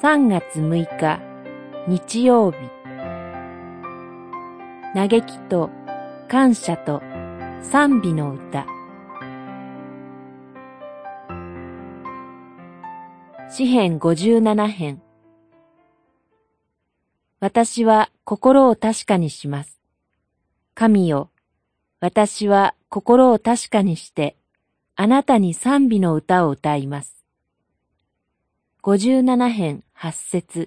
3月6日日曜日。嘆きと感謝と賛美の歌。詩編57編。私は心を確かにします。神よ、私は心を確かにして、あなたに賛美の歌を歌います。57編8節。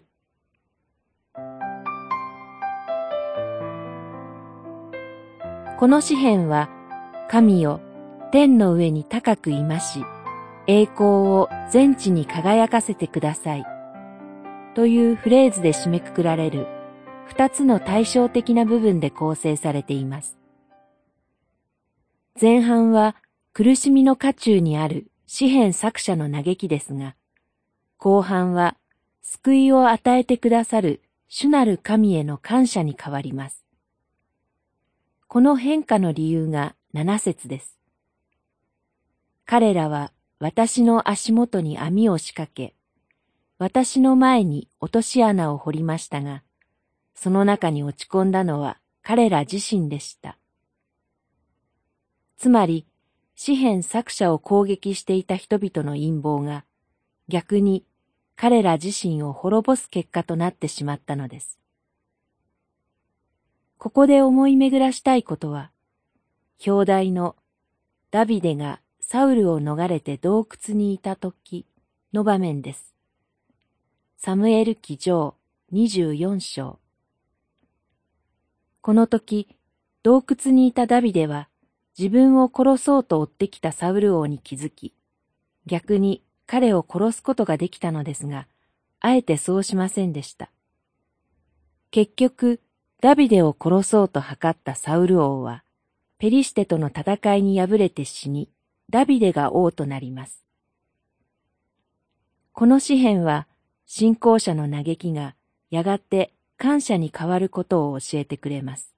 この詩編は、神よ、天の上に高くいまし、栄光を全地に輝かせてください。というフレーズで締めくくられる、二つの対照的な部分で構成されています。前半は苦しみの渦中にある詩編作者の嘆きですが、後半は救いを与えてくださる主なる神への感謝に変わります。この変化の理由が7節です。彼らは私の足元に網を仕掛け、私の前に落とし穴を掘りましたが、その中に落ち込んだのは彼ら自身でした。つまり、詩編作者を攻撃していた人々の陰謀が、逆に彼ら自身を滅ぼす結果となってしまったのです。ここで思い巡らしたいことは、表題のダビデがサウルを逃れて洞窟にいた時の場面です。サムエル記上24章。この時、洞窟にいたダビデは自分を殺そうと追ってきたサウル王に気づき、逆に彼を殺すことができたのですが、あえてそうしませんでした。結局、ダビデを殺そうと図ったサウル王は、ペリシテとの戦いに敗れて死に、ダビデが王となります。この詩編は、信仰者の嘆きがやがて感謝に変わることを教えてくれます。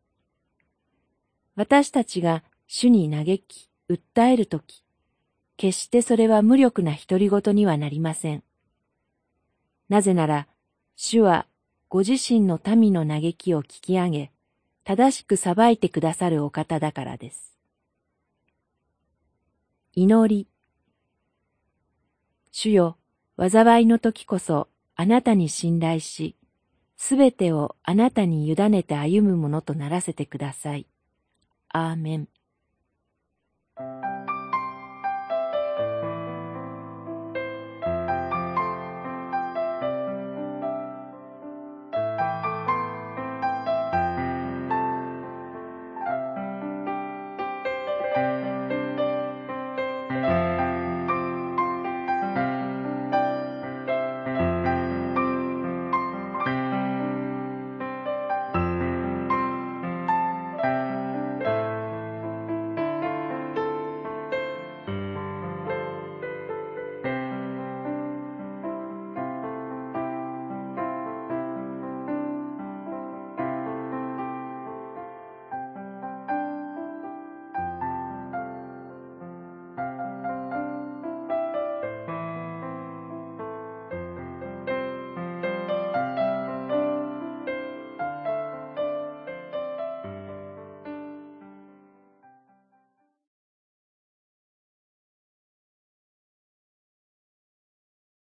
私たちが主に嘆き、訴えるとき、決してそれは無力な独り言にはなりません。なぜなら、主はご自身の民の嘆きを聞き上げ、正しく裁いてくださるお方だからです。祈り。主よ、災いの時こそあなたに信頼し、すべてをあなたに委ねて歩むものとならせてください。アーメン。